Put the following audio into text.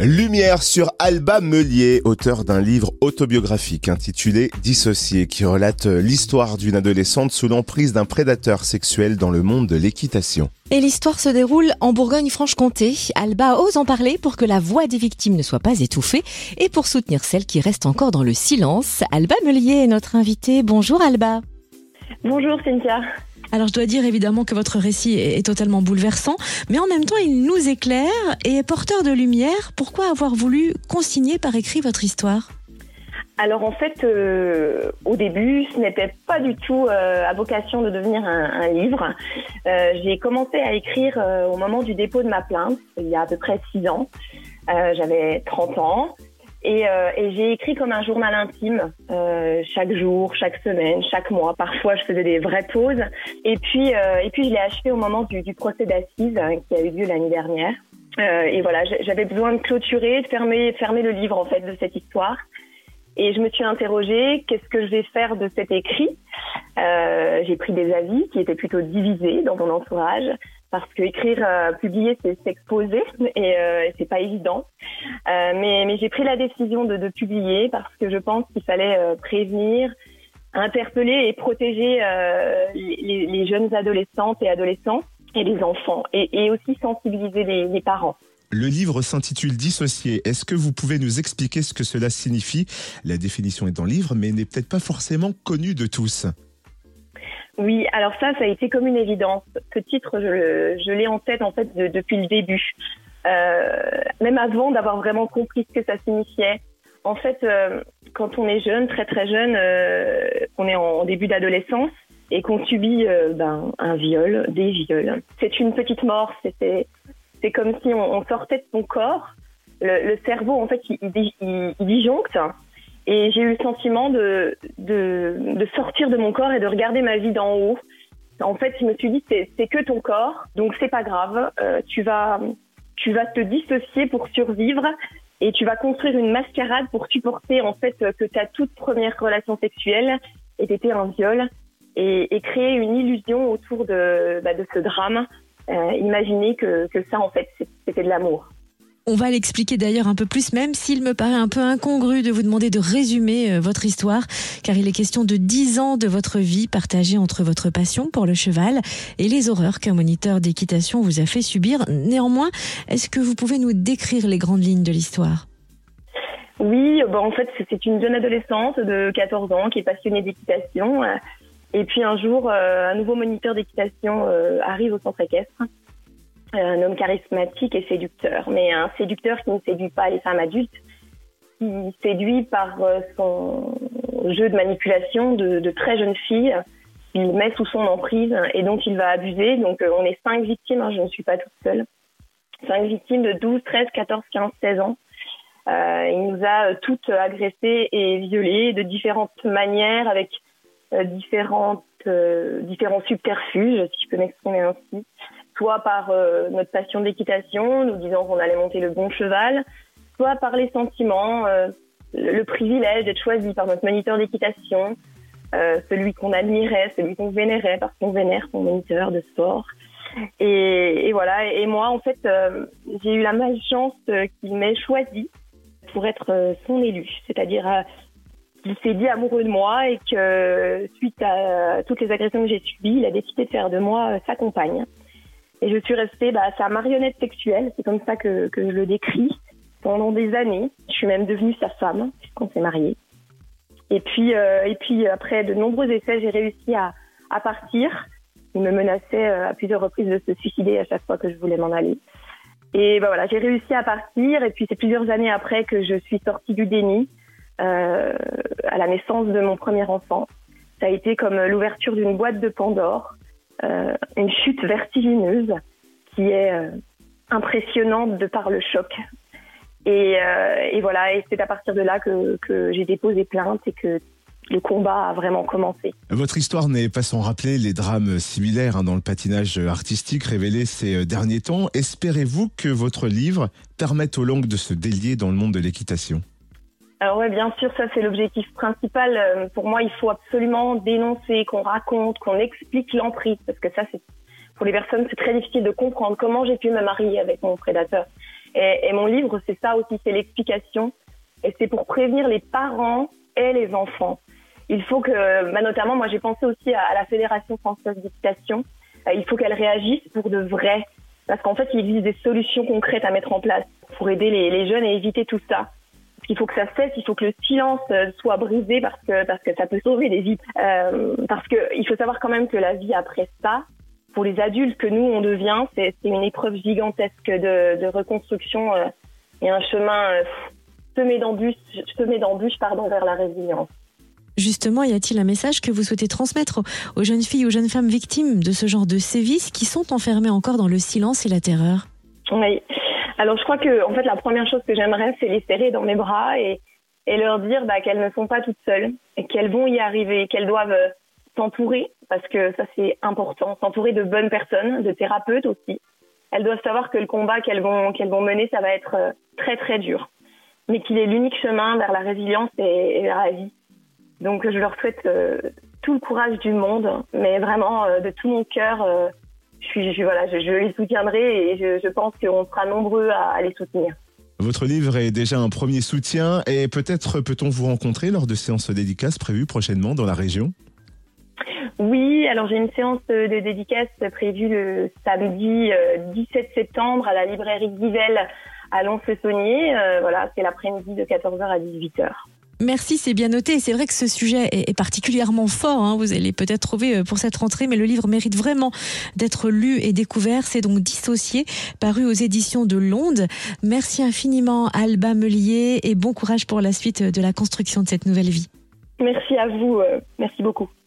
Lumière sur Alba Meulier, auteur d'un livre autobiographique intitulé Dissocié, qui relate l'histoire d'une adolescente sous l'emprise d'un prédateur sexuel dans le monde de l'équitation. Et l'histoire se déroule en Bourgogne-Franche-Comté. Alba ose en parler pour que la voix des victimes ne soit pas étouffée et pour soutenir celles qui restent encore dans le silence. Alba Meulier est notre invitée. Bonjour Alba. Bonjour Cynthia. Alors je dois dire évidemment que votre récit est totalement bouleversant, mais en même temps il nous éclaire et est porteur de lumière. Pourquoi avoir voulu consigner par écrit votre histoire ? Alors en fait, au début, ce n'était pas du tout à vocation de devenir un livre. J'ai commencé à écrire au moment du dépôt de ma plainte, il y a à peu près 6 ans. J'avais 30 ans. Et j'ai écrit comme un journal intime, chaque jour, chaque semaine, chaque mois. Parfois, je faisais des vraies pauses. Et puis je l'ai achevé au moment du procès d'assises qui a eu lieu l'année dernière. Et voilà, j'avais besoin de clôturer, de fermer le livre en fait de cette histoire. Et je me suis interrogée, qu'est-ce que je vais faire de cet écrit ? J'ai pris des avis qui étaient plutôt divisés dans mon entourage. Parce que écrire, publier, c'est s'exposer et c'est pas évident. Mais j'ai pris la décision de publier parce que je pense qu'il fallait prévenir, interpeller et protéger les jeunes adolescentes et adolescents et les enfants et aussi sensibiliser les parents. Le livre s'intitule Dissocié. Est-ce que vous pouvez nous expliquer ce que cela signifie ? La définition est dans le livre, mais n'est peut-être pas forcément connue de tous. Oui, alors ça a été comme une évidence. Ce titre, je l'ai en tête en fait depuis le début, même avant d'avoir vraiment compris ce que ça signifiait. En fait, quand on est jeune, très très jeune, on est en début d'adolescence et qu'on subit un viol, des viols. C'est une petite mort. C'est comme si on sortait de son corps. Le cerveau, en fait, il disjoncte. Et j'ai eu le sentiment de sortir de mon corps et de regarder ma vie d'en haut. En fait, je me suis dit, c'est que ton corps, donc c'est pas grave. Tu vas te dissocier pour survivre et tu vas construire une mascarade pour supporter en fait que ta toute première relation sexuelle ait été un viol et créer une illusion autour de ce drame. Imaginer que ça en fait c'était de l'amour. On va l'expliquer d'ailleurs un peu plus, même s'il me paraît un peu incongru de vous demander de résumer votre histoire, car il est question de 10 ans de votre vie partagée entre votre passion pour le cheval et les horreurs qu'un moniteur d'équitation vous a fait subir. Néanmoins, est-ce que vous pouvez nous décrire les grandes lignes de l'histoire ? Oui, en fait, c'est une jeune adolescente de 14 ans qui est passionnée d'équitation. Et puis un jour, un nouveau moniteur d'équitation arrive au centre équestre. Un homme charismatique et séducteur, mais un séducteur qui ne séduit pas les femmes adultes, qui séduit par son jeu de manipulation de très jeunes filles, qu'il met sous son emprise et dont il va abuser. Donc on est 5 victimes, je ne suis pas toute seule. 5 victimes de 12, 13, 14, 15, 16 ans. Il nous a toutes agressées et violées de différentes manières, avec différents subterfuges, si je peux m'exprimer ainsi. Soit par notre passion d'équitation, nous disant qu'on allait monter le bon cheval, soit par les sentiments, le privilège d'être choisi par notre moniteur d'équitation, celui qu'on admirait, celui qu'on vénérait, parce qu'on vénère son moniteur de sport. Et voilà, et moi en fait, j'ai eu la malchance qu'il m'ait choisi pour être son élu, c'est-à-dire qu'il s'est dit amoureux de moi et que suite à toutes les agressions que j'ai subies, il a décidé de faire de moi sa compagne. Et je suis restée sa marionnette sexuelle, c'est comme ça que je le décris, pendant des années. Je suis même devenue sa femme, puisqu'on s'est mariés. Et puis après de nombreux essais, j'ai réussi à partir. Il me menaçait à plusieurs reprises de se suicider à chaque fois que je voulais m'en aller. Et voilà, j'ai réussi à partir. Et puis c'est plusieurs années après que je suis sortie du déni, à la naissance de mon premier enfant. Ça a été comme l'ouverture d'une boîte de Pandore. Une chute vertigineuse qui est impressionnante de par le choc. Et voilà, et c'est à partir de là que j'ai déposé plainte et que le combat a vraiment commencé. Votre histoire n'est pas sans rappeler les drames similaires dans le patinage artistique révélés ces derniers temps. Espérez-vous que votre livre permette aux langues de se délier dans le monde de l'équitation ? Alors oui, bien sûr, ça c'est l'objectif principal. Pour moi, il faut absolument dénoncer, qu'on raconte, qu'on explique l'emprise, parce que ça, c'est pour les personnes, c'est très difficile de comprendre comment j'ai pu me marier avec mon prédateur. Et mon livre, c'est ça aussi, c'est l'explication. Et c'est pour prévenir les parents et les enfants. Il faut que, notamment, moi j'ai pensé aussi à la Fédération française d'équitation. Il faut qu'elle réagisse pour de vrai. Parce qu'en fait, il existe des solutions concrètes à mettre en place pour aider les jeunes à éviter tout ça. Parce qu'il faut que ça cesse, il faut que le silence soit brisé parce que ça peut sauver des vies. Parce qu'il faut savoir quand même que la vie après ça, pour les adultes que nous on devient, c'est une épreuve gigantesque de reconstruction et un chemin semé d'embûches vers la résilience. Justement, y a-t-il un message que vous souhaitez transmettre aux jeunes filles, aux jeunes femmes victimes de ce genre de sévices qui sont enfermées encore dans le silence et la terreur? Oui. Alors je crois que en fait la première chose que j'aimerais, c'est les serrer dans mes bras et leur dire qu'elles ne sont pas toutes seules et qu'elles vont y arriver, qu'elles doivent s'entourer, parce que ça c'est important, s'entourer de bonnes personnes, de thérapeutes aussi. Elles doivent savoir que le combat qu'elles vont mener, ça va être très très dur, mais qu'il est l'unique chemin vers la résilience et vers la vie. Donc je leur souhaite tout le courage du monde, mais vraiment de tout mon cœur, je les soutiendrai et je pense qu'on sera nombreux à les soutenir. Votre livre est déjà un premier soutien et peut-être peut-on vous rencontrer lors de séances dédicaces prévues prochainement dans la région? Oui, alors j'ai une séance de dédicace prévue le samedi 17 septembre à la librairie Guivel à Lons-le-Saunier. C'est l'après-midi de 14h à 18h. Merci, c'est bien noté. C'est vrai que ce sujet est particulièrement fort. Vous allez peut-être trouver pour cette rentrée, mais le livre mérite vraiment d'être lu et découvert. C'est donc Dissocié, paru aux éditions de Londe. Merci infiniment, Alba Meulier, et bon courage pour la suite de la construction de cette nouvelle vie. Merci à vous. Merci beaucoup.